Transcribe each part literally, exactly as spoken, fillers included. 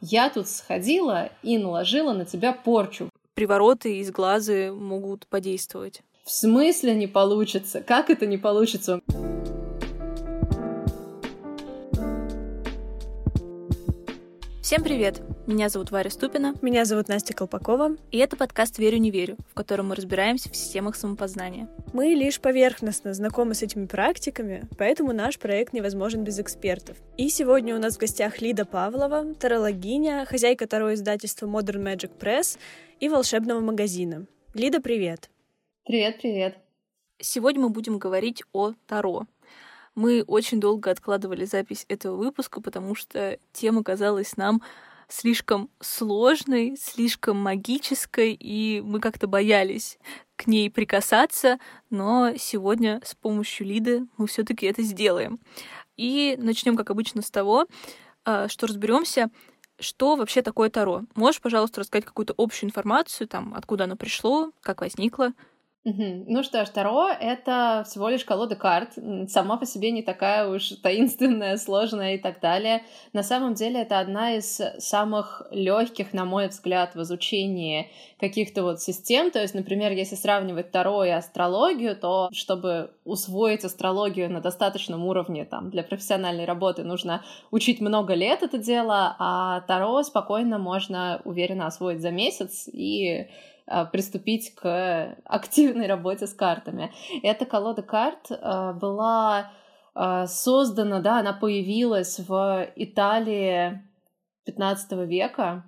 я тут сходила и наложила на тебя порчу. Привороты из глаза могут подействовать. В смысле не получится? Как это не получится? Всем привет! Меня зовут Варя Ступина. Меня зовут Настя Колпакова. И это подкаст «Верю, не верю», в котором мы разбираемся в системах самопознания. Мы лишь поверхностно знакомы с этими практиками, поэтому наш проект невозможен без экспертов. И сегодня у нас в гостях Лида Павлова, тарологиня, хозяйка таро издательства Modern Magic Press и волшебного магазина. Лида, привет! Привет-привет! Сегодня мы будем говорить о таро. Мы очень долго откладывали запись этого выпуска, потому что тема казалась нам слишком сложной, слишком магической, и мы как-то боялись к ней прикасаться, но сегодня с помощью Лиды мы все-таки это сделаем. И начнем, как обычно, с того, что разберемся, что вообще такое таро. Можешь, пожалуйста, рассказать какую-то общую информацию, там, откуда оно пришло, как возникло? Угу. Ну что ж, таро — это всего лишь колода карт, сама по себе не такая уж таинственная, сложная и так далее. На самом деле это одна из самых легких, на мой взгляд, в изучении каких-то вот систем. То есть, например, если сравнивать таро и астрологию, то чтобы усвоить астрологию на достаточном уровне там, для профессиональной работы, нужно учить много лет это дело, а таро спокойно можно уверенно освоить за месяц и приступить к активной работе с картами. Эта колода карт э, была э, создана, да, она появилась в Италии пятнадцатого века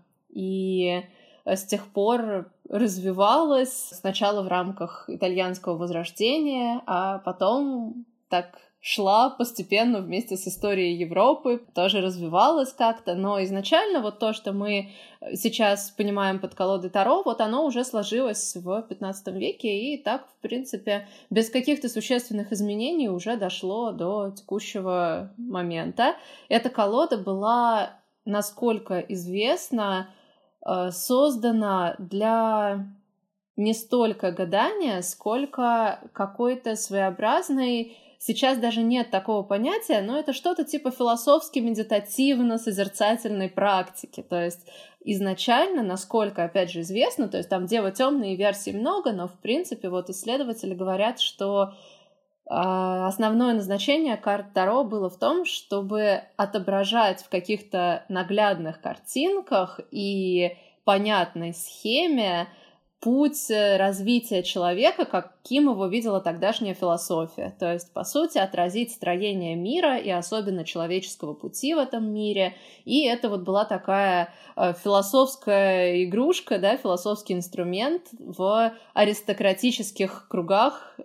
и с тех пор развивалась сначала в рамках итальянского возрождения, а потом так шла постепенно вместе с историей Европы, тоже развивалась как-то, но изначально вот то, что мы сейчас понимаем под колодой таро, вот оно уже сложилось в пятнадцатом веке, и так, в принципе, без каких-то существенных изменений уже дошло до текущего момента. Эта колода была, насколько известно, создана для не столько гадания, сколько какой-то своеобразной. Сейчас даже нет такого понятия, но это что-то типа философски-медитативно-созерцательной практики. То есть изначально, насколько, опять же, известно, то есть там Дева темные версий много, но, в принципе, вот исследователи говорят, что э, основное назначение карт Таро было в том, чтобы отображать в каких-то наглядных картинках и понятной схеме путь развития человека, каким его видела тогдашняя философия. То есть, по сути, отразить строение мира и особенно человеческого пути в этом мире. И это вот была такая философская игрушка, да, философский инструмент в аристократических кругах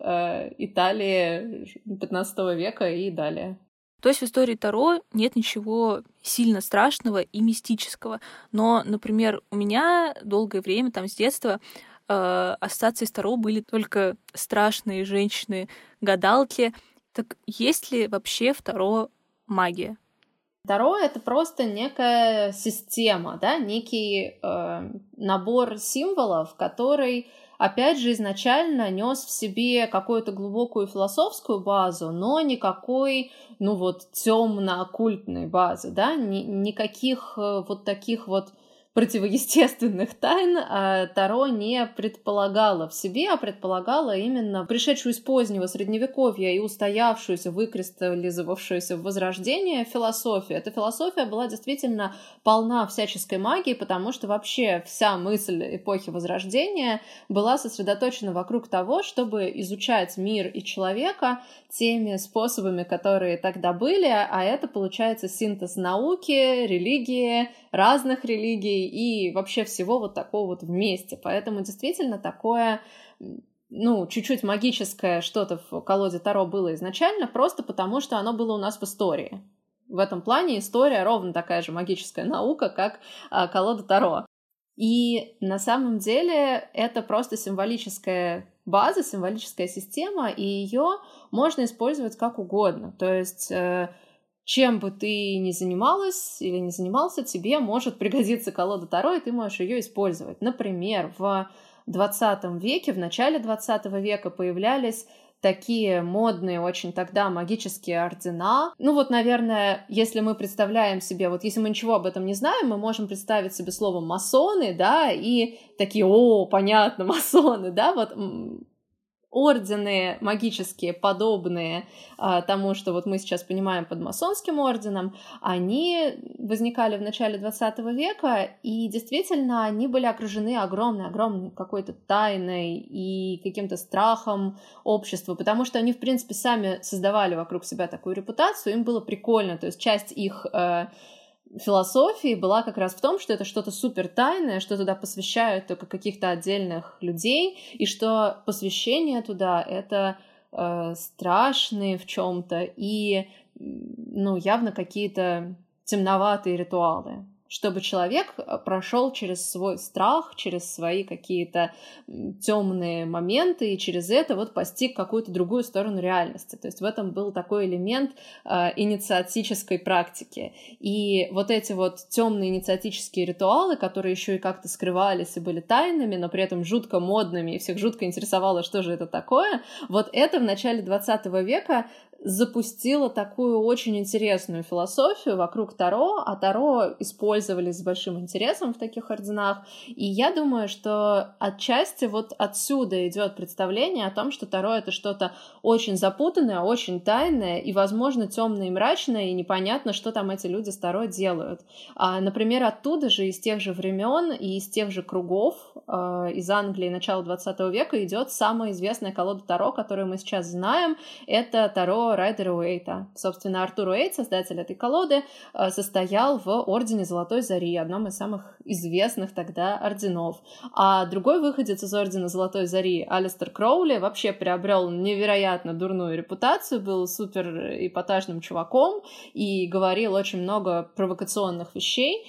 Италии пятнадцатого века и далее. То есть в истории таро нет ничего сильно страшного и мистического. Но, например, у меня долгое время, там, с детства, э, ассоциации с таро были только страшные женщины-гадалки. Так есть ли вообще в таро магия? Таро — это просто некая система, да, некий э, набор символов, который, опять же, изначально нес в себе какую-то глубокую философскую базу, но никакой, ну вот, темно-оккультной базы, да, Ни- никаких вот таких вот противоестественных тайн а таро не предполагало в себе, а предполагало именно пришедшую из позднего средневековья и устоявшуюся, выкристаллизовавшуюся в возрождение философию. Эта философия была действительно полна всяческой магии, потому что вообще вся мысль эпохи Возрождения была сосредоточена вокруг того, чтобы изучать мир и человека теми способами, которые тогда были, а это, получается, синтез науки, религии, разных религий и вообще всего вот такого вот вместе. Поэтому действительно такое, ну, чуть-чуть магическое что-то в колоде Таро было изначально, просто потому что оно было у нас в истории. В этом плане история ровно такая же магическая наука, как а, колода Таро. И на самом деле это просто символическая база, символическая система, и ее можно использовать как угодно. То есть чем бы ты ни занималась или не занимался, тебе может пригодиться колода Таро, и ты можешь ее использовать. Например, в двадцатом веке, в начале двадцатого века появлялись такие модные очень тогда магические ордена. Ну вот, наверное, если мы представляем себе, вот если мы ничего об этом не знаем, мы можем представить себе слово масоны, да, и такие, о, понятно, масоны, да, вот ордены магические, подобные а, тому, что вот мы сейчас понимаем под масонским орденом, они возникали в начале двадцатого века, и действительно они были окружены огромной-огромной какой-то тайной и каким-то страхом общества, потому что они, в принципе, сами создавали вокруг себя такую репутацию, им было прикольно, то есть часть их э, философии была как раз в том, что это что-то супер тайное, что туда посвящают только каких-то отдельных людей, и что посвящение туда — это э, страшные в чем-то и, ну, явно какие-то темноватые ритуалы, чтобы человек прошел через свой страх, через свои какие-то темные моменты и через это вот постиг какую-то другую сторону реальности. То есть в этом был такой элемент э, инициатической практики. И вот эти вот темные инициатические ритуалы, которые еще и как-то скрывались и были тайными, но при этом жутко модными, и всех жутко интересовало, что же это такое, вот это в начале двадцатого века запустила такую очень интересную философию вокруг Таро, а Таро использовались с большим интересом в таких орденах. И я думаю, что отчасти вот отсюда идет представление о том, что Таро — это что-то очень запутанное, очень тайное и, возможно, темное и мрачное, и непонятно, что там эти люди с Таро делают. А, например, оттуда же, из тех же времен и из тех же кругов, э, из Англии начала двадцатого века идет самая известная колода Таро, которую мы сейчас знаем. Это Таро Райдера Уэйта. Собственно, Артур Уэйт, создатель этой колоды, состоял в Ордене Золотой Зари, одном из самых известных тогда орденов. А другой выходец из Ордена Золотой Зари, Алистер Кроули, вообще приобрел невероятно дурную репутацию, был супер эпатажным чуваком и говорил очень много провокационных вещей.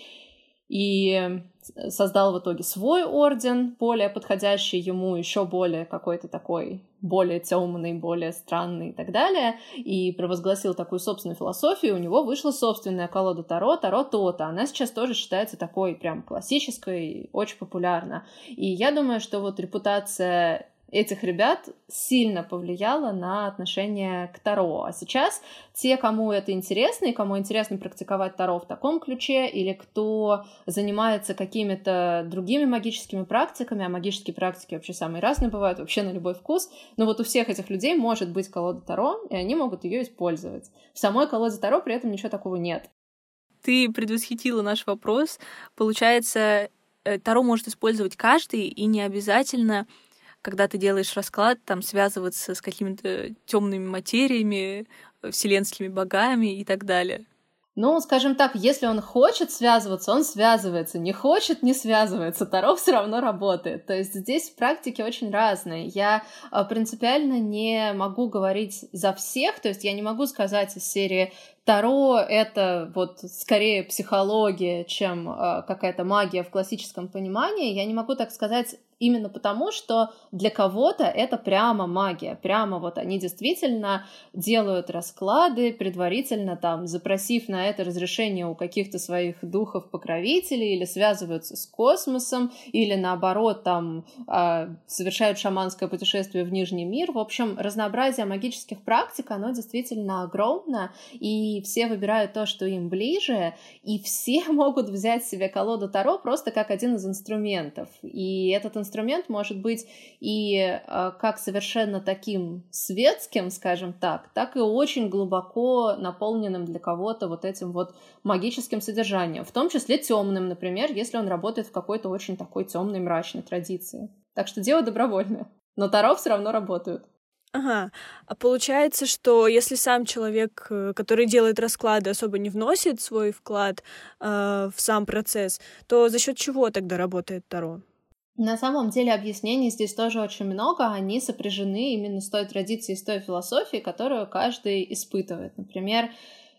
И создал в итоге свой орден, более подходящий ему, еще более какой-то такой, более темный, более странный и так далее, и провозгласил такую собственную философию. У него вышла собственная колода Таро, Таро Тота. Она сейчас тоже считается такой прям классической, очень популярна. И я думаю, что вот репутация этих ребят сильно повлияло на отношение к Таро. А сейчас те, кому это интересно, и кому интересно практиковать Таро в таком ключе, или кто занимается какими-то другими магическими практиками, а магические практики вообще самые разные бывают, вообще на любой вкус, но вот у всех этих людей может быть колода Таро, и они могут ее использовать. В самой колоде Таро при этом ничего такого нет. Ты предвосхитила наш вопрос. Получается, Таро может использовать каждый, и не обязательно, когда ты делаешь расклад, там связываться с какими-то темными материями, вселенскими богами и так далее. Ну, скажем так, если он хочет связываться, он связывается. Не хочет, не связывается. Таро все равно работает. То есть здесь практики очень разные. Я принципиально не могу говорить за всех. То есть я не могу сказать из серии Таро — это вот скорее психология, чем э, какая-то магия в классическом понимании. Я не могу так сказать именно потому, что для кого-то это прямо магия. Прямо вот они действительно делают расклады, предварительно там запросив на это разрешение у каких-то своих духов-покровителей, или связываются с космосом, или наоборот там э, совершают шаманское путешествие в Нижний мир. В общем, разнообразие магических практик, оно действительно огромно, и И все выбирают то, что им ближе, и все могут взять себе колоду Таро просто как один из инструментов. И этот инструмент может быть и э, как совершенно таким светским, скажем так, так и очень глубоко наполненным для кого-то вот этим вот магическим содержанием, в том числе темным, например, если он работает в какой-то очень такой темной, мрачной традиции. Так что дело добровольное, но Таро все равно работают. Ага, а получается, что если сам человек, который делает расклады, особо не вносит свой вклад э, в сам процесс, то за счет чего тогда работает Таро? На самом деле объяснений здесь тоже очень много, они сопряжены именно с той традицией, с той философией, которую каждый испытывает. Например,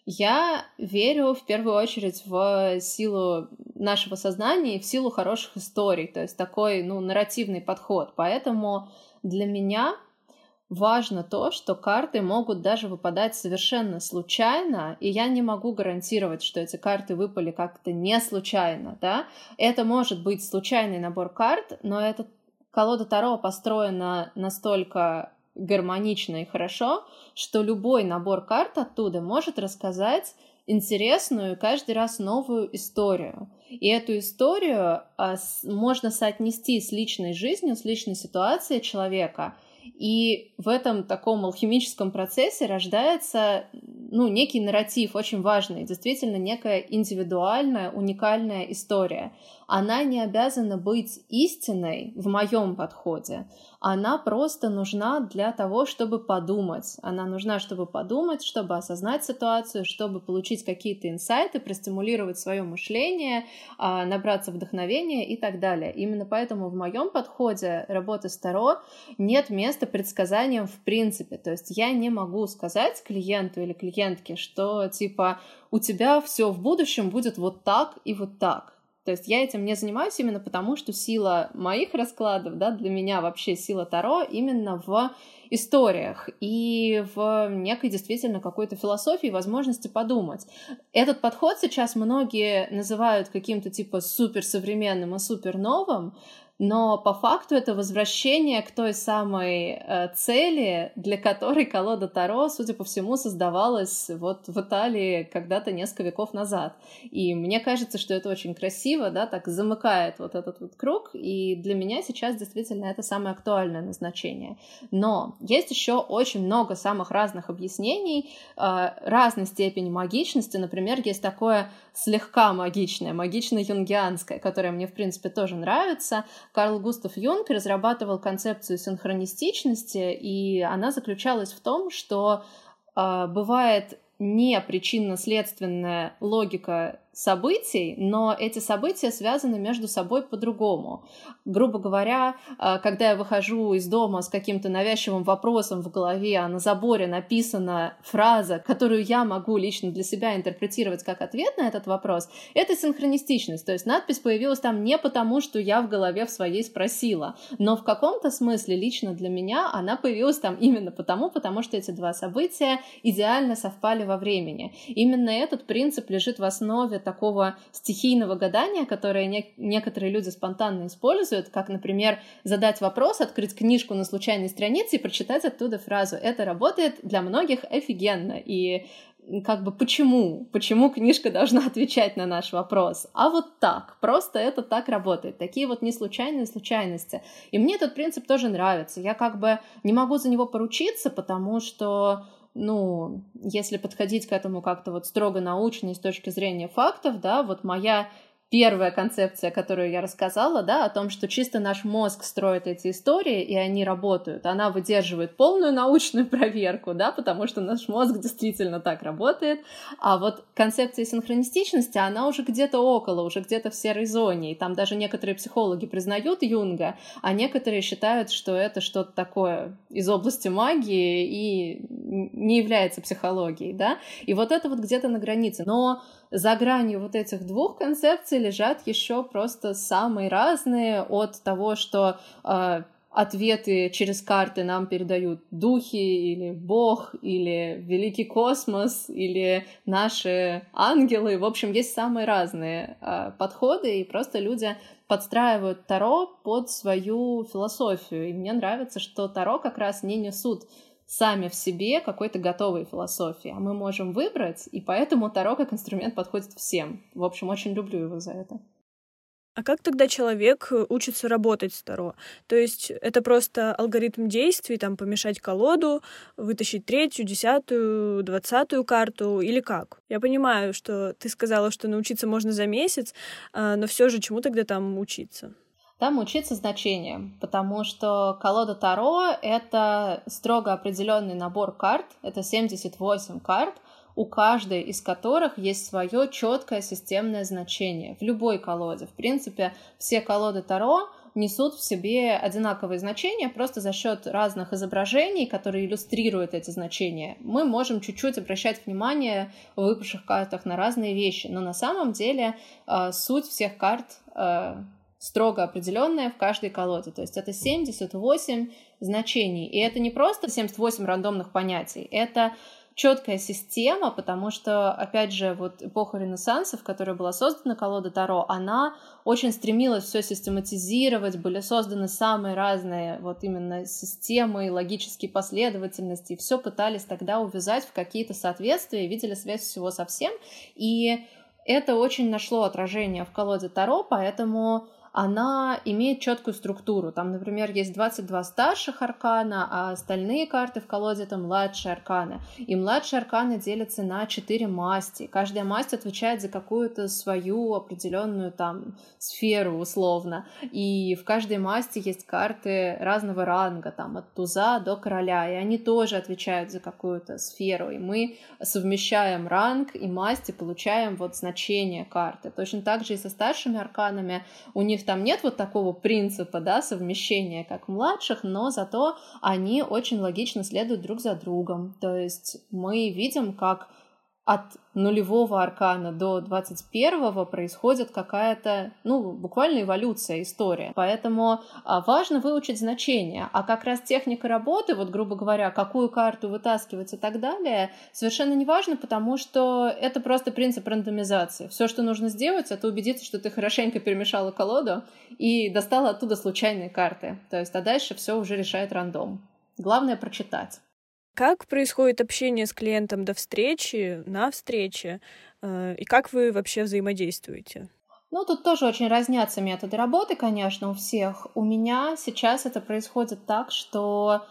я верю в первую очередь в силу нашего сознания и в силу хороших историй, то есть такой, ну, нарративный подход. Поэтому для меня важно то, что карты могут даже выпадать совершенно случайно, и я не могу гарантировать, что эти карты выпали как-то не случайно, да. Это может быть случайный набор карт, но эта колода Таро построена настолько гармонично и хорошо, что любой набор карт оттуда может рассказать интересную каждый раз новую историю. И эту историю а, с, можно соотнести с личной жизнью, с личной ситуацией человека. И в этом таком алхимическом процессе рождается, ну, некий нарратив, очень важный, действительно некая индивидуальная, уникальная история. Она не обязана быть истинной в моем подходе. Она просто нужна для того, чтобы подумать. Она нужна, чтобы подумать, чтобы осознать ситуацию, чтобы получить какие-то инсайты, простимулировать свое мышление, набраться вдохновения и так далее. Именно поэтому в моем подходе работы с Таро нет места предсказаниям в принципе. То есть я не могу сказать клиенту или клиентке, что типа у тебя все в будущем будет вот так и вот так. То есть я этим не занимаюсь именно потому, что сила моих раскладов, да, для меня вообще сила Таро именно в историях и в некой действительно какой-то философии, возможности подумать. Этот подход сейчас многие называют каким-то типа суперсовременным и суперновым, но по факту это возвращение к той самой э, цели, для которой колода Таро, судя по всему, создавалась вот в Италии когда-то несколько веков назад. И мне кажется, что это очень красиво, да, так замыкает вот этот вот круг, и для меня сейчас действительно это самое актуальное назначение. Но есть еще очень много самых разных объяснений, э, разной степени магичности. Например, есть такое слегка магичное, магично-юнгианское, которое мне, в принципе, тоже нравится. Карл Густав Юнг разрабатывал концепцию синхронистичности, и она заключалась в том, что э, бывает не причинно-следственная логика событий, но эти события связаны между собой по-другому. Грубо говоря, когда я выхожу из дома с каким-то навязчивым вопросом в голове, а на заборе написана фраза, которую я могу лично для себя интерпретировать как ответ на этот вопрос, это синхронистичность. То есть надпись появилась там не потому, что я в голове в своей спросила, но в каком-то смысле лично для меня она появилась там именно потому, потому что эти два события идеально совпали во времени. Именно этот принцип лежит в основе такого стихийного гадания, которое не- некоторые люди спонтанно используют, как, например, задать вопрос, открыть книжку на случайной странице и прочитать оттуда фразу. Это работает для многих офигенно. И как бы почему? Почему книжка должна отвечать на наш вопрос? А вот так. Просто это так работает. Такие вот неслучайные случайности. И мне этот принцип тоже нравится. Я как бы не могу за него поручиться, потому что ну, если подходить к этому как-то вот строго научно и с точки зрения фактов, да, вот моя первая концепция, которую я рассказала, да, о том, что чисто наш мозг строит эти истории, и они работают, она выдерживает полную научную проверку, да, потому что наш мозг действительно так работает, а вот концепция синхронистичности, она уже где-то около, уже где-то в серой зоне, и там даже некоторые психологи признают Юнга, а некоторые считают, что это что-то такое из области магии и не является психологией, да, и вот это вот где-то на границе, но за гранью вот этих двух концепций лежат еще просто самые разные, от того, что э, ответы через карты нам передают духи, или Бог, или великий космос, или наши ангелы. В общем, есть самые разные э, подходы, и просто люди подстраивают Таро под свою философию. И мне нравится, что Таро как раз не несут сами в себе какой-то готовой философии, а мы можем выбрать, и поэтому Таро как инструмент подходит всем. В общем, очень люблю его за это. А как тогда человек учится работать с Таро? То есть это просто алгоритм действий, там, помешать колоду, вытащить третью, десятую, двадцатую карту, или как? Я понимаю, что ты сказала, что научиться можно за месяц, но все же чему тогда там учиться? Там учиться значениям, потому что колода Таро — это строго определенный набор карт, это семьдесят восемь карт, у каждой из которых есть свое четкое системное значение. В любой колоде, в принципе, все колоды Таро несут в себе одинаковые значения, просто за счет разных изображений, которые иллюстрируют эти значения, мы можем чуть-чуть обращать внимание в выпавших картах на разные вещи, но на самом деле э, суть всех карт э, строго определенная в каждой колоде. То есть это семьдесят восемь значений. И это не просто семьдесят восемь рандомных понятий, это четкая система, потому что, опять же, вот эпоха Ренессанса, в которой была создана колода Таро, она очень стремилась все систематизировать, были созданы самые разные вот именно системы, логические последовательности, и все пытались тогда увязать в какие-то соответствия, видели связь всего со всем, и это очень нашло отражение в колоде Таро, поэтому она имеет четкую структуру. Там, например, есть двадцать два старших аркана, а остальные карты в колоде — это младшие арканы. И младшие арканы делятся на четыре масти. Каждая масть отвечает за какую-то свою определенную там сферу, условно. И в каждой масти есть карты разного ранга, там от туза до короля, и они тоже отвечают за какую-то сферу. И мы совмещаем ранг и масть и получаем вот значение карты. Точно так же и со старшими арканами. У них там нет вот такого принципа, да, совмещения, как у младших, но зато они очень логично следуют друг за другом. То есть мы видим, как от нулевого аркана до двадцать первого происходит какая-то, ну, буквально эволюция, история. Поэтому важно выучить значения. А как раз техника работы, вот, грубо говоря, какую карту вытаскивать и так далее, совершенно не важно, потому что это просто принцип рандомизации. Все, что нужно сделать, это убедиться, что ты хорошенько перемешала колоду и достала оттуда случайные карты. То есть, а дальше все уже решает рандом. Главное — прочитать. Как происходит общение с клиентом до встречи, на встрече, и как вы вообще взаимодействуете? Ну, тут тоже очень разнятся методы работы, конечно, у всех. У меня сейчас это происходит так, что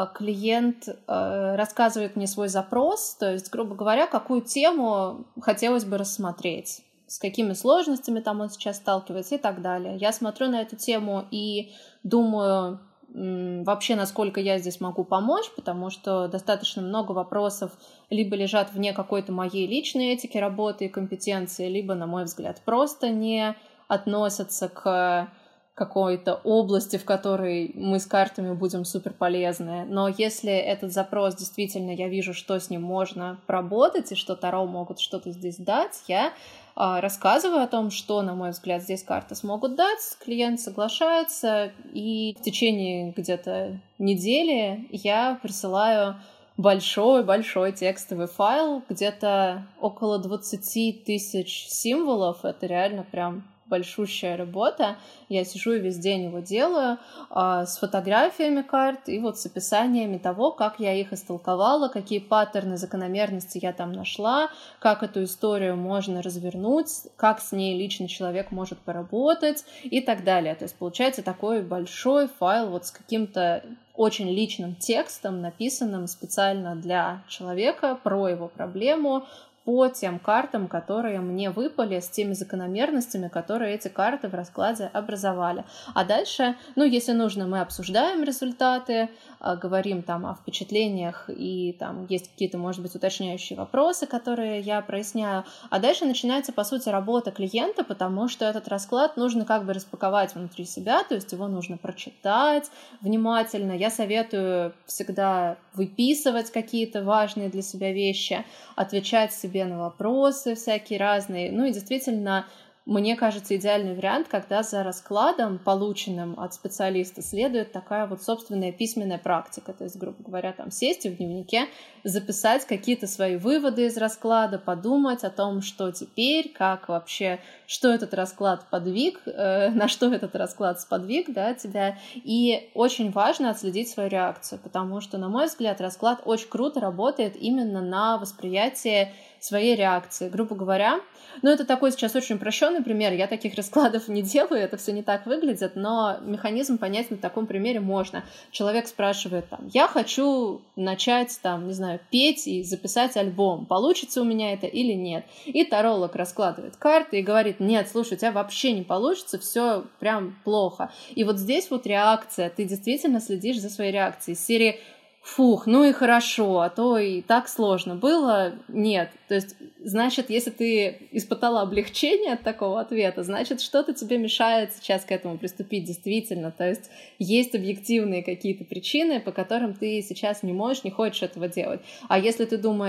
клиент рассказывает мне свой запрос, то есть, грубо говоря, какую тему хотелось бы рассмотреть, с какими сложностями там он сейчас сталкивается и так далее. Я смотрю на эту тему и думаю вообще, насколько я здесь могу помочь, потому что достаточно много вопросов либо лежат вне какой-то моей личной этики работы и компетенции, либо, на мой взгляд, просто не относятся к какой-то области, в которой мы с картами будем супер полезны. Но если этот запрос действительно, я вижу, что с ним можно поработать и что Таро могут что-то здесь дать, я рассказываю о том, что, на мой взгляд, здесь карты смогут дать, клиент соглашается, и в течение где-то недели я присылаю большой-большой текстовый файл, где-то около двадцать тысяч символов, это реально прям большущая работа. Я сижу и весь день его делаю а, с фотографиями карт и вот с описаниями того, как я их истолковала, какие паттерны, закономерности я там нашла, как эту историю можно развернуть, как с ней лично человек может поработать и так далее. То есть получается такой большой файл вот с каким-то очень личным текстом, написанным специально для человека про его проблему, по тем картам, которые мне выпали, с теми закономерностями, которые эти карты в раскладе образовали. А дальше, ну, если нужно, мы обсуждаем результаты, говорим там о впечатлениях, и там есть какие-то, может быть, уточняющие вопросы, которые я проясняю. А дальше начинается, по сути, работа клиента, потому что этот расклад нужно как бы распаковать внутри себя, то есть его нужно прочитать внимательно. Я советую всегда выписывать какие-то важные для себя вещи, отвечать себе на вопросы всякие разные. Ну и действительно, мне кажется, идеальный вариант, когда за раскладом, полученным от специалиста, следует такая вот собственная письменная практика. То есть, грубо говоря, там сесть и в дневнике записать какие-то свои выводы из расклада, подумать о том, что теперь, как вообще, что этот расклад подвиг, э, на что этот расклад сподвиг, да, тебя. И очень важно отследить свою реакцию, потому что, на мой взгляд, расклад очень круто работает именно на восприятие своей реакции. Грубо говоря, ну, это такой сейчас очень упрощенный пример, я таких раскладов не делаю, это все не так выглядит, но механизм понять на таком примере можно. Человек спрашивает, там, я хочу начать, там, не знаю, петь и записать альбом, получится у меня это или нет? И таролог раскладывает карты и говорит, нет, слушай, у тебя вообще не получится, все прям плохо. И вот здесь вот реакция, ты действительно следишь за своей реакцией, из серии фух, ну и хорошо, а то и так сложно было. Нет. То есть, значит, если ты испытала облегчение от такого ответа, значит, что-то тебе мешает сейчас к этому приступить действительно. То есть, есть объективные какие-то причины, по которым ты сейчас не можешь, не хочешь этого делать. А если ты думаешь,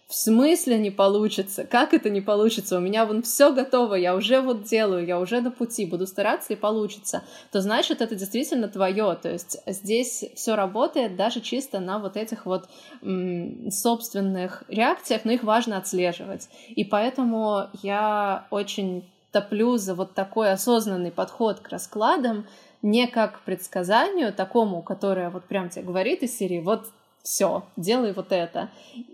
в смысле не получится? Как это не получится? У меня вон все готово, я уже вот делаю, я уже на пути, буду стараться и получится. То значит, это действительно твое. То есть здесь все работает даже чисто на вот этих вот м, собственных реакциях, но их важно отслеживать. И поэтому я очень топлю за вот такой осознанный подход к раскладам, не как к предсказанию такому, которое вот прям тебе говорит из серии «вот все, делай вот это».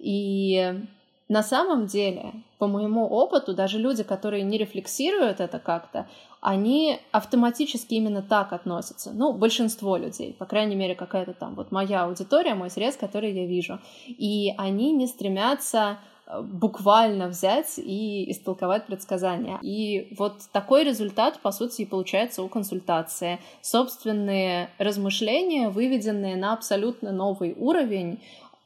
И на самом деле, по моему опыту, даже люди, которые не рефлексируют это как-то, они автоматически именно так относятся. Ну, большинство людей, по крайней мере, какая-то там вот моя аудитория, мой срез, который я вижу. И они не стремятся буквально взять и истолковать предсказания. И вот такой результат, по сути, и получается у консультации. Собственные размышления, выведенные на абсолютно новый уровень.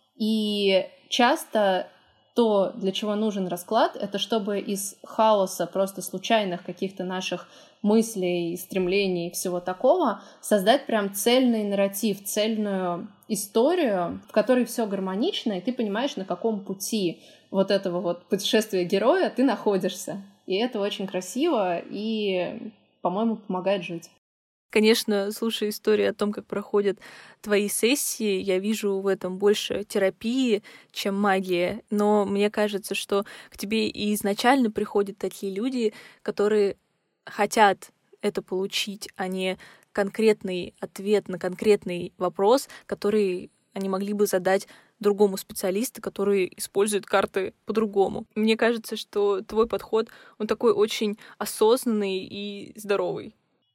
И часто то, для чего нужен расклад, это чтобы из хаоса просто случайных каких-то наших мыслей, стремлений и всего такого создать прям цельный нарратив, цельную историю, в которой все гармонично, и ты понимаешь, на каком пути вот этого вот путешествия героя ты находишься. И это очень красиво и, по-моему, помогает жить. Конечно, слушая истории о том, как проходят твои сессии, я вижу в этом больше терапии, чем магии. Но мне кажется, что к тебе и изначально приходят такие люди, которые хотят это получить, а не конкретный ответ на конкретный вопрос, который они могли бы задать другому специалисту, который использует карты по-другому. Мне кажется, что твой подход, он такой очень осознанный и здоровый.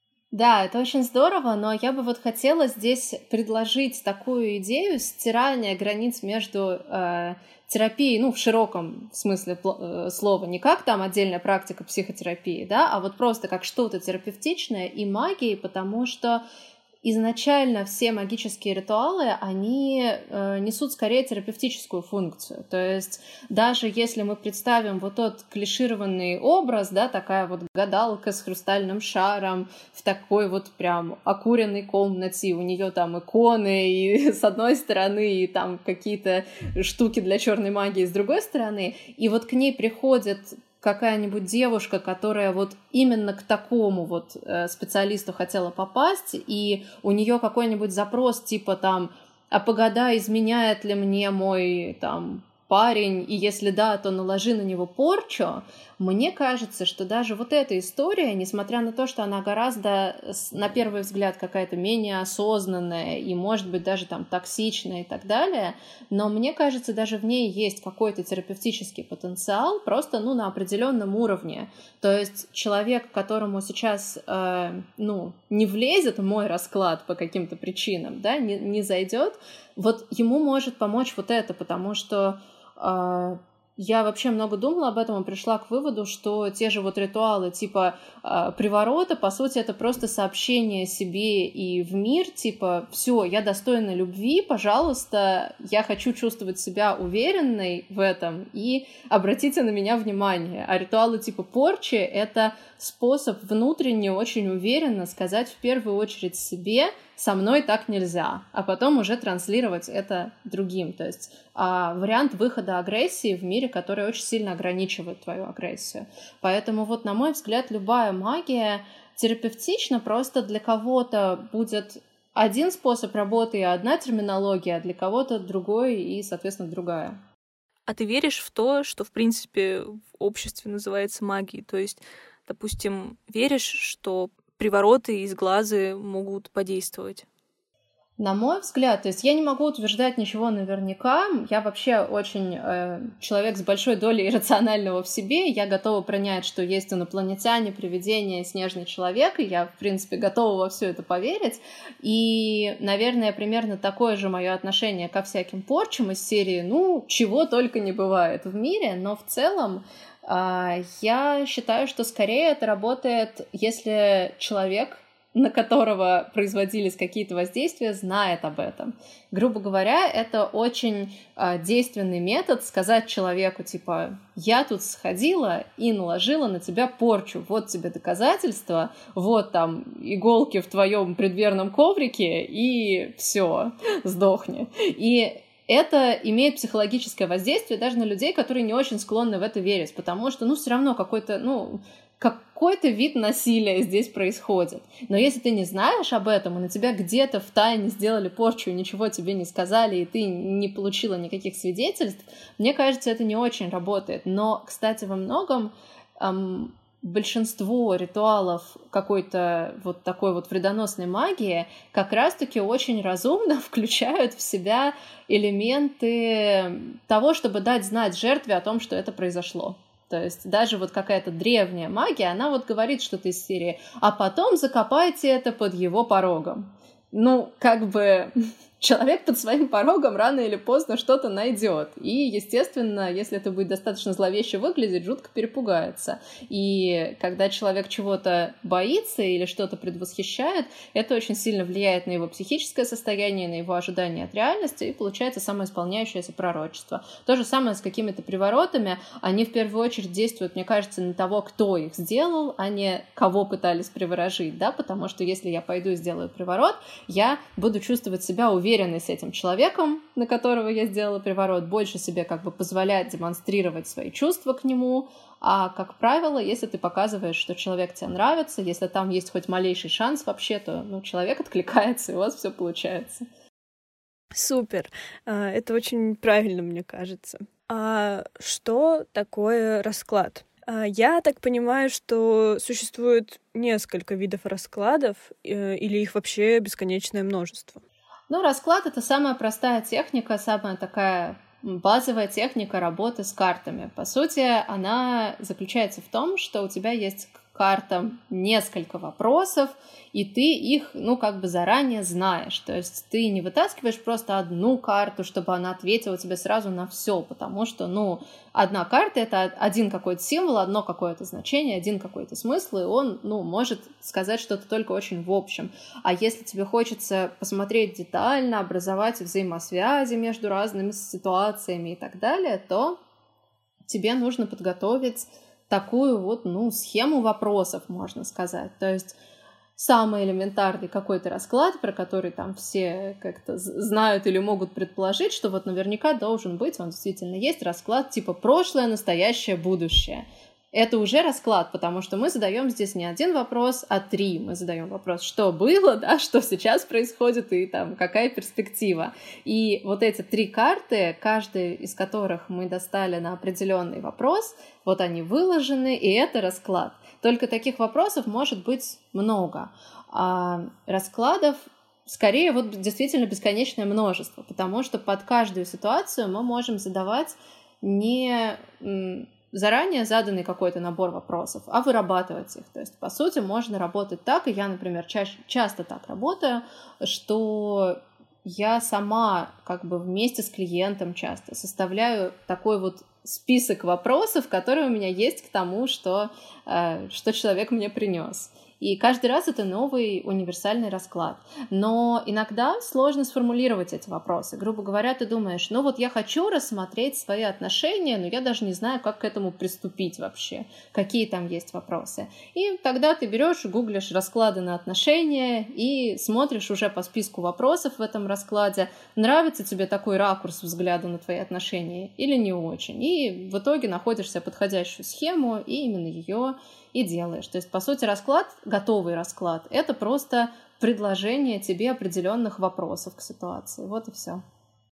Да, это очень здорово, но я бы вот хотела здесь предложить такую идею стирания границ между э, терапией, ну, в широком смысле э, слова, не как там отдельная практика психотерапии, да, а вот просто как что-то терапевтичное и магией, потому что изначально все магические ритуалы, они э, несут скорее терапевтическую функцию. То есть даже если мы представим вот тот клишированный образ, да, такая вот гадалка с хрустальным шаром в такой вот прям окуренной комнате, у нее там иконы и с одной стороны, и там какие-то штуки для черной магии с другой стороны, и вот к ней приходит какая-нибудь девушка, которая вот именно к такому вот э, специалисту хотела попасть, и у нее какой-нибудь запрос типа там «А погода, изменяет ли мне мой там парень, и если да, то наложи на него порчу», мне кажется, что даже вот эта история, несмотря на то, что она гораздо, на первый взгляд, какая-то менее осознанная и, может быть, даже там токсичная и так далее, но мне кажется, даже в ней есть какой-то терапевтический потенциал, просто, ну, на определенном уровне. То есть человек, которому сейчас, э, ну, не влезет мой расклад по каким-то причинам, да, не, не зайдет, вот ему может помочь вот это, потому что э, я вообще много думала об этом и пришла к выводу, что те же вот ритуалы типа э, приворота, по сути, это просто сообщение себе и в мир, типа, все, я достойна любви, пожалуйста, я хочу чувствовать себя уверенной в этом, и обратите на меня внимание. А ритуалы типа порчи — это способ внутренне очень уверенно сказать в первую очередь себе: со мной так нельзя, а потом уже транслировать это другим. То есть а, вариант выхода агрессии в мире, который очень сильно ограничивает твою агрессию. Поэтому вот, на мой взгляд, любая магия терапевтична, просто для кого-то будет один способ работы и одна терминология, а для кого-то другой и, соответственно, другая. А ты веришь в то, что, в принципе, в обществе называется магией? То есть, допустим, веришь, что привороты из глаза могут подействовать? На мой взгляд, то есть я не могу утверждать ничего наверняка. Я вообще очень э, человек с большой долей иррационального в себе. Я готова принять, что есть инопланетяне, привидения, снежный человек, и я, в принципе, готова во все это поверить. И, наверное, примерно такое же мое отношение ко всяким порчам из серии, ну, чего только не бывает в мире, но в целом э, я считаю, что скорее это работает, если человек, на которого производились какие-то воздействия, знает об этом. Грубо говоря, это очень э, действенный метод сказать человеку, типа, я тут сходила и наложила на тебя порчу, вот тебе доказательства, вот там иголки в твоем предверном коврике, и все, сдохни. И это имеет психологическое воздействие даже на людей, которые не очень склонны в это верить, потому что, ну, все равно какой-то, ну, какой-то вид насилия здесь происходит. Но если ты не знаешь об этом, и на тебя где-то в тайне сделали порчу, и ничего тебе не сказали, и ты не получила никаких свидетельств, мне кажется, это не очень работает. Но, кстати, во многом эм, большинство ритуалов какой-то вот такой вот вредоносной магии как раз-таки очень разумно включают в себя элементы того, чтобы дать знать жертве о том, что это произошло. То есть даже вот какая-то древняя магия, она вот говорит что-то из серии, а потом закопайте это под его порогом. Ну, как бы человек под своим порогом рано или поздно что-то найдет. И, естественно, если это будет достаточно зловеще выглядеть, жутко перепугается. И когда человек чего-то боится или что-то предвосхищает, это очень сильно влияет на его психическое состояние, на его ожидания от реальности, и получается самоисполняющееся пророчество. То же самое с какими-то приворотами. Они в первую очередь действуют, мне кажется, на того, кто их сделал, а не кого пытались приворожить, да, потому что если я пойду и сделаю приворот, я буду чувствовать себя уверенно с этим человеком, на которого я сделала приворот, больше себе как бы позволять демонстрировать свои чувства к нему. А, как правило, если ты показываешь, что человек тебе нравится, если там есть хоть малейший шанс вообще, то ну, человек откликается, и у вас все получается. Супер. Это очень правильно, мне кажется. А что такое расклад? Я так понимаю, что существует несколько видов раскладов, или их вообще бесконечное множество? Ну, расклад — это самая простая техника, самая такая базовая техника работы с картами. По сути, она заключается в том, что у тебя есть к картам несколько вопросов, и ты их, ну, как бы заранее знаешь. То есть ты не вытаскиваешь просто одну карту, чтобы она ответила тебе сразу на все, потому что, ну, одна карта — это один какой-то символ, одно какое-то значение, один какой-то смысл, и он, ну, может сказать что-то только очень в общем. А если тебе хочется посмотреть детально, образовать взаимосвязи между разными ситуациями и так далее, то тебе нужно подготовить такую вот, ну, схему вопросов, можно сказать. То есть самый элементарный какой-то расклад, про который там все как-то знают или могут предположить, что вот наверняка должен быть, он действительно есть, расклад типа прошлое, настоящее, будущее. Это уже расклад, потому что мы задаем здесь не один вопрос, а три. Мы задаем вопрос, что было, да, что сейчас происходит и там какая перспектива. И вот эти три карты, каждая из которых мы достали на определенный вопрос, вот они выложены, и это расклад. Только таких вопросов может быть много. А раскладов скорее вот действительно бесконечное множество, потому что под каждую ситуацию мы можем задавать не заранее заданный какой-то набор вопросов, а вырабатывать их. То есть, по сути, можно работать так, и я, например, ча- часто так работаю, что я сама как бы вместе с клиентом часто составляю такой вот список вопросов, которые у меня есть к тому, что, э, что человек мне принес. И каждый раз это новый универсальный расклад. Но иногда сложно сформулировать эти вопросы. Грубо говоря, ты думаешь, ну вот я хочу рассмотреть свои отношения, но я даже не знаю, как к этому приступить вообще, какие там есть вопросы. И тогда ты берешь, гуглишь расклады на отношения и смотришь уже по списку вопросов в этом раскладе, нравится тебе такой ракурс взгляда на твои отношения или не очень. И в итоге находишь себе подходящую схему, и именно ее и делаешь. То есть, по сути, расклад, готовый расклад, это просто предложение тебе определенных вопросов к ситуации. Вот и все.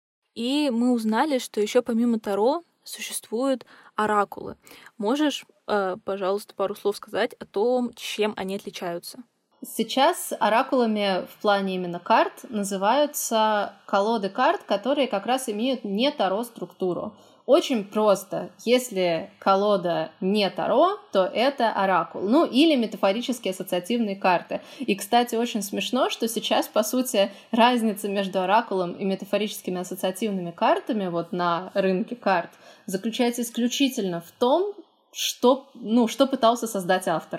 И мы узнали, что еще помимо Таро существуют оракулы. Можешь, э, пожалуйста, пару слов сказать о том, чем они отличаются? Сейчас оракулами в плане именно карт называются колоды карт, которые как раз имеют не Таро структуру. Очень просто. Если колода не Таро, то это оракул. Ну, или метафорические ассоциативные карты. И, кстати, очень смешно, что сейчас, по сути, разница между оракулом и метафорическими ассоциативными картами вот на рынке карт заключается исключительно в том, что, ну, что пытался создать автор.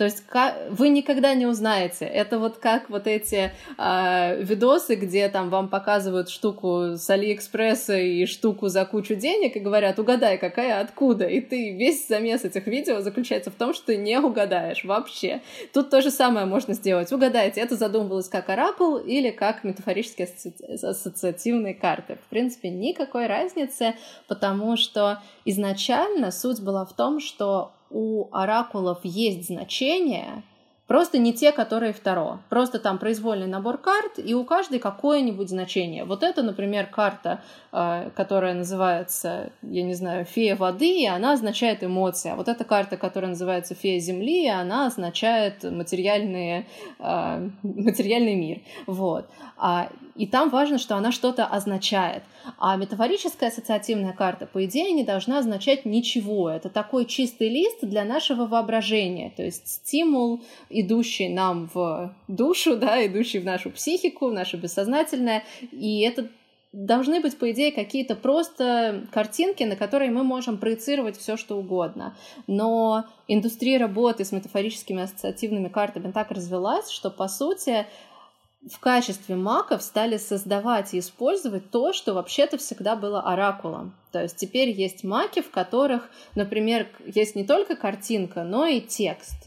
То есть вы никогда не узнаете. Это вот как вот эти э, видосы, где там вам показывают штуку с Алиэкспресса и штуку за кучу денег и говорят, угадай, какая, откуда. И ты весь замес этих видео заключается в том, что ты не угадаешь вообще. Тут то же самое можно сделать. Угадайте, это задумывалось как оракул или как метафорические асоци... ассоциативные карты. В принципе, никакой разницы, потому что изначально суть была в том, что у оракулов есть значения, просто не те, которые в Таро. Просто там произвольный набор карт, и у каждой какое-нибудь значение. Вот это, например, карта, которая называется, я не знаю, фея воды, и она означает эмоции. А вот эта карта, которая называется фея земли, она означает материальные, материальный мир. Вот. И там важно, что она что-то означает. А метафорическая ассоциативная карта, по идее, не должна означать ничего. Это такой чистый лист для нашего воображения. То есть стимул, идущий нам в душу, да, идущий в нашу психику, в наше бессознательное. И это должны быть, по идее, какие-то просто картинки, на которые мы можем проецировать все, что угодно. Но индустрия работы с метафорическими ассоциативными картами так развилась, что, по сути, в качестве маков стали создавать и использовать то, что вообще-то всегда было оракулом. То есть теперь есть маки, в которых, например, есть не только картинка, но и текст.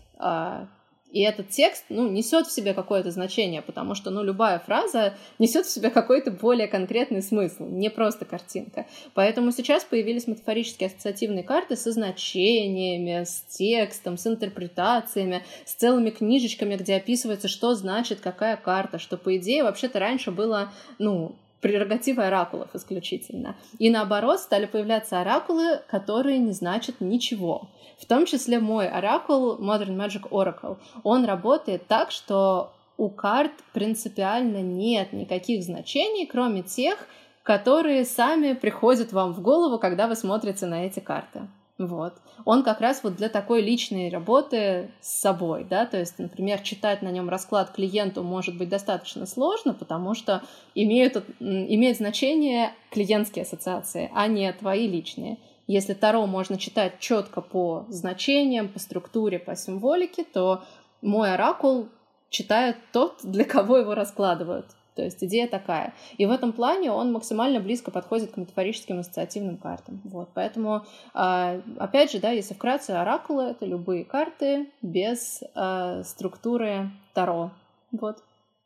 И этот текст, ну, несет в себе какое-то значение, потому что, ну, любая фраза несет в себе какой-то более конкретный смысл, не просто картинка. Поэтому сейчас появились метафорические ассоциативные карты со значениями, с текстом, с интерпретациями, с целыми книжечками, где описывается, что значит какая карта, что, по идее, вообще-то раньше было, ну, прерогативой оракулов исключительно. И наоборот, стали появляться оракулы, которые не значат ничего. В том числе мой оракул, Modern Magic Oracle, он работает так, что у карт принципиально нет никаких значений, кроме тех, которые сами приходят вам в голову, когда вы смотрите на эти карты. Вот. Он как раз вот для такой личной работы с собой, да, то есть, например, читать на нем расклад клиенту может быть достаточно сложно, потому что имеют, имеют значение клиентские ассоциации, а не твои личные. Если Таро можно читать четко по значениям, по структуре, по символике, то мой оракул читает тот, для кого его раскладывают. То есть идея такая. И в этом плане он максимально близко подходит к метафорическим ассоциативным картам. Вот. Поэтому, опять же, да, если вкратце, оракулы — это любые карты без э, структуры Таро. Вот.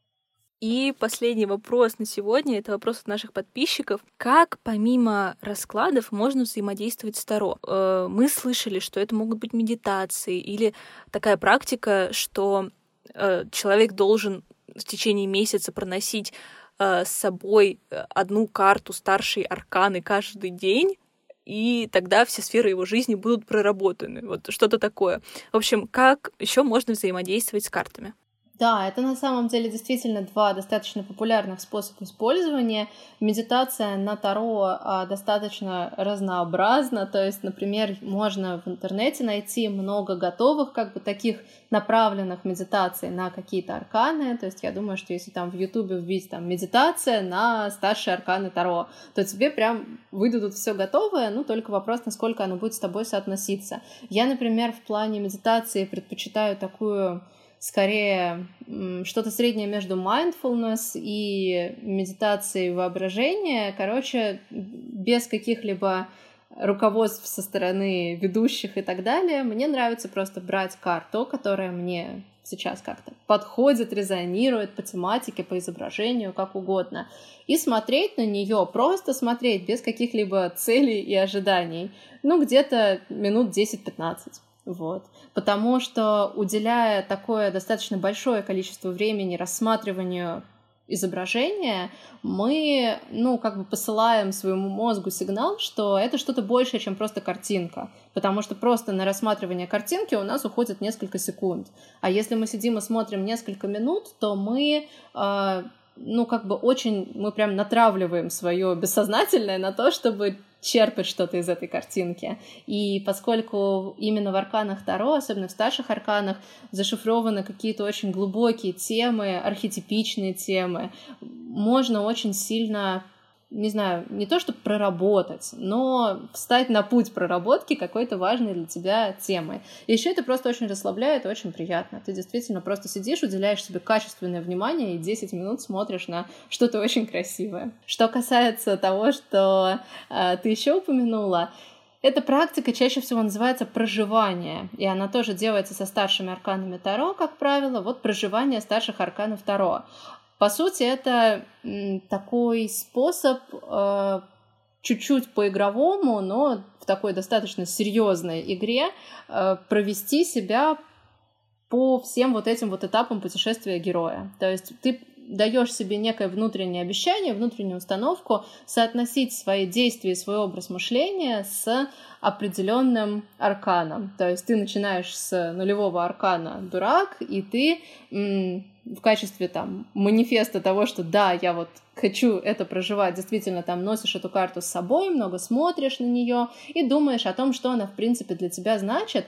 И последний вопрос на сегодня — это вопрос от наших подписчиков. Как помимо раскладов можно взаимодействовать с Таро? Мы слышали, что это могут быть медитации или такая практика, что человек должен в течение месяца проносить э, с собой одну карту старшей арканы каждый день, и тогда все сферы его жизни будут проработаны. Вот что-то такое. В общем, как еще можно взаимодействовать с картами? Да, это на самом деле действительно два достаточно популярных способа использования. Медитация на Таро достаточно разнообразна, то есть, например, можно в интернете найти много готовых, как бы таких направленных медитаций на какие-то арканы, то есть я думаю, что если там в Ютубе вбить там медитация на старшие арканы Таро, то тебе прям выдадут все готовое, ну только вопрос, насколько оно будет с тобой соотноситься. Я, например, в плане медитации предпочитаю такую скорее что-то среднее между mindfulness и медитацией воображения, короче, без каких-либо руководств со стороны ведущих и так далее. Мне нравится просто брать карту, которая мне сейчас как-то подходит, резонирует по тематике, по изображению, как угодно, и смотреть на нее, просто смотреть без каких-либо целей и ожиданий, ну, где-то минут десять-пятнадцать. Вот. Потому что, уделяя такое достаточно большое количество времени рассматриванию изображения, мы, ну, как бы посылаем своему мозгу сигнал, что это что-то большее, чем просто картинка. Потому что просто на рассматривание картинки у нас уходит несколько секунд. А если мы сидим и смотрим несколько минут, то мы... Э, ну, как бы очень... Мы прям натравливаем свое бессознательное на то, чтобы черпать что-то из этой картинки. И поскольку именно в арканах Таро, особенно в старших арканах, зашифрованы какие-то очень глубокие темы, архетипичные темы, можно очень сильно не знаю, не то чтобы проработать, но встать на путь проработки какой-то важной для тебя темы. И еще это просто очень расслабляет, очень приятно. Ты действительно просто сидишь, уделяешь себе качественное внимание и десять минут смотришь на что-то очень красивое. Что касается того, что э, ты еще упомянула, эта практика чаще всего называется проживание, и она тоже делается со старшими арканами Таро, как правило, вот проживание старших арканов Таро. По сути, это такой способ э, чуть-чуть по-игровому, но в такой достаточно серьезной игре э, провести себя по всем вот этим вот этапам путешествия героя. То есть ты даешь себе некое внутреннее обещание, внутреннюю установку соотносить свои действия и свой образ мышления с определенным арканом. То есть ты начинаешь с нулевого аркана «Дурак», и ты м- в качестве там манифеста того, что да, я вот хочу это проживать, действительно там носишь эту карту с собой, много смотришь на нее и думаешь о том, что она в принципе для тебя значит,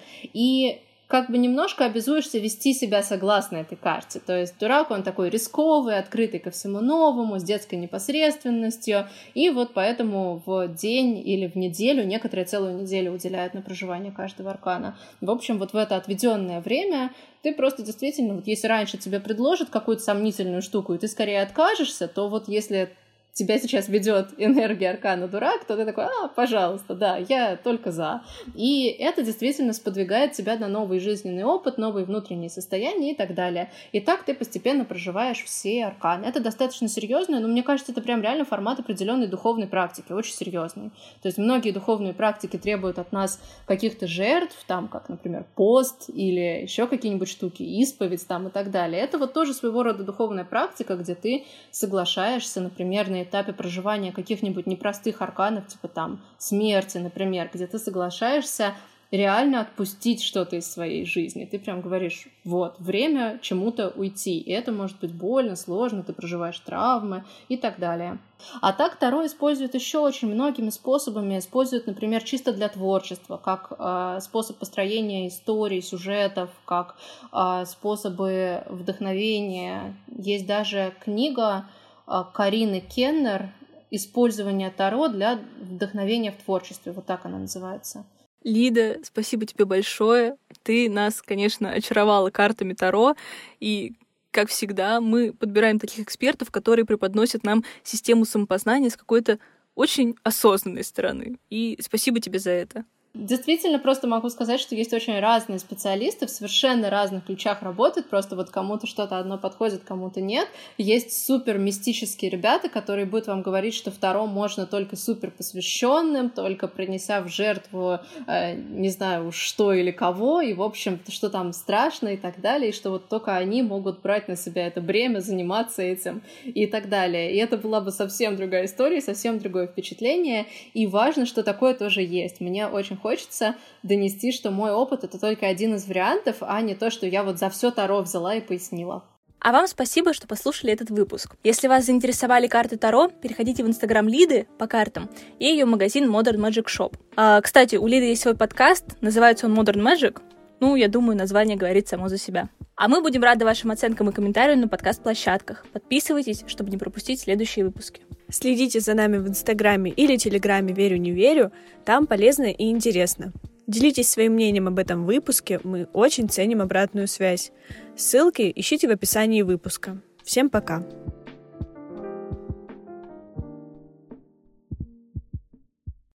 и как бы немножко обязуешься вести себя согласно этой карте. То есть дурак, он такой рисковый, открытый ко всему новому, с детской непосредственностью, и вот поэтому в день или в неделю, некоторые целую неделю уделяют на проживание каждого аркана. В общем, вот в это отведенное время ты просто действительно, вот если раньше тебе предложат какую-то сомнительную штуку, и ты скорее откажешься, то вот если тебя сейчас ведет энергия аркана дурак, то ты такой, а, пожалуйста, да, я только за. И это действительно сподвигает тебя на новый жизненный опыт, новые внутренние состояния и так далее. И так ты постепенно проживаешь все арканы. Это достаточно серьезно, но мне кажется, это прям реально формат определенной духовной практики, очень серьезный. То есть многие духовные практики требуют от нас каких-то жертв, там, как, например, пост или еще какие-нибудь штуки, исповедь там и так далее. Это вот тоже своего рода духовная практика, где ты соглашаешься, например, на этапе проживания каких-нибудь непростых арканов, типа там смерти, например, где ты соглашаешься реально отпустить что-то из своей жизни. Ты прям говоришь, вот, время чему-то уйти. И это может быть больно, сложно, ты проживаешь травмы и так далее. А так Таро использует еще очень многими способами. Использует, например, чисто для творчества, как э, способ построения историй, сюжетов, как э, способы вдохновения. Есть даже книга Карины Кеннер «Использование Таро для вдохновения в творчестве». Вот так она называется. Лида, спасибо тебе большое. Ты нас, конечно, очаровала картами Таро. И, как всегда, мы подбираем таких экспертов, которые преподносят нам систему самопознания с какой-то очень осознанной стороны. И спасибо тебе за это. Действительно, просто могу сказать, что есть очень разные специалисты, в совершенно разных ключах работают, просто вот кому-то что-то одно подходит, кому-то нет. Есть супер мистические ребята, которые будут вам говорить, что в Таро можно только супер посвященным, только принеся в жертву, э, не знаю уж что или кого, и, в общем, что там страшно и так далее, и что вот только они могут брать на себя это бремя, заниматься этим и так далее. И это была бы совсем другая история, совсем другое впечатление, и важно, что такое тоже есть. Мне очень хочется донести, что мой опыт — это только один из вариантов, а не то, что я вот за все Таро взяла и пояснила. А вам спасибо, что послушали этот выпуск. Если вас заинтересовали карты Таро, переходите в инстаграм Лиды по картам и ее магазин Modern Magic Shop. А, кстати, у Лиды есть свой подкаст, называется он Modern Magic. Ну, я думаю, название говорит само за себя. А мы будем рады вашим оценкам и комментариям на подкаст-площадках. Подписывайтесь, чтобы не пропустить следующие выпуски. Следите за нами в Инстаграме или Телеграме «Верю, не верю». Там полезно и интересно. Делитесь своим мнением об этом выпуске. Мы очень ценим обратную связь. Ссылки ищите в описании выпуска. Всем пока!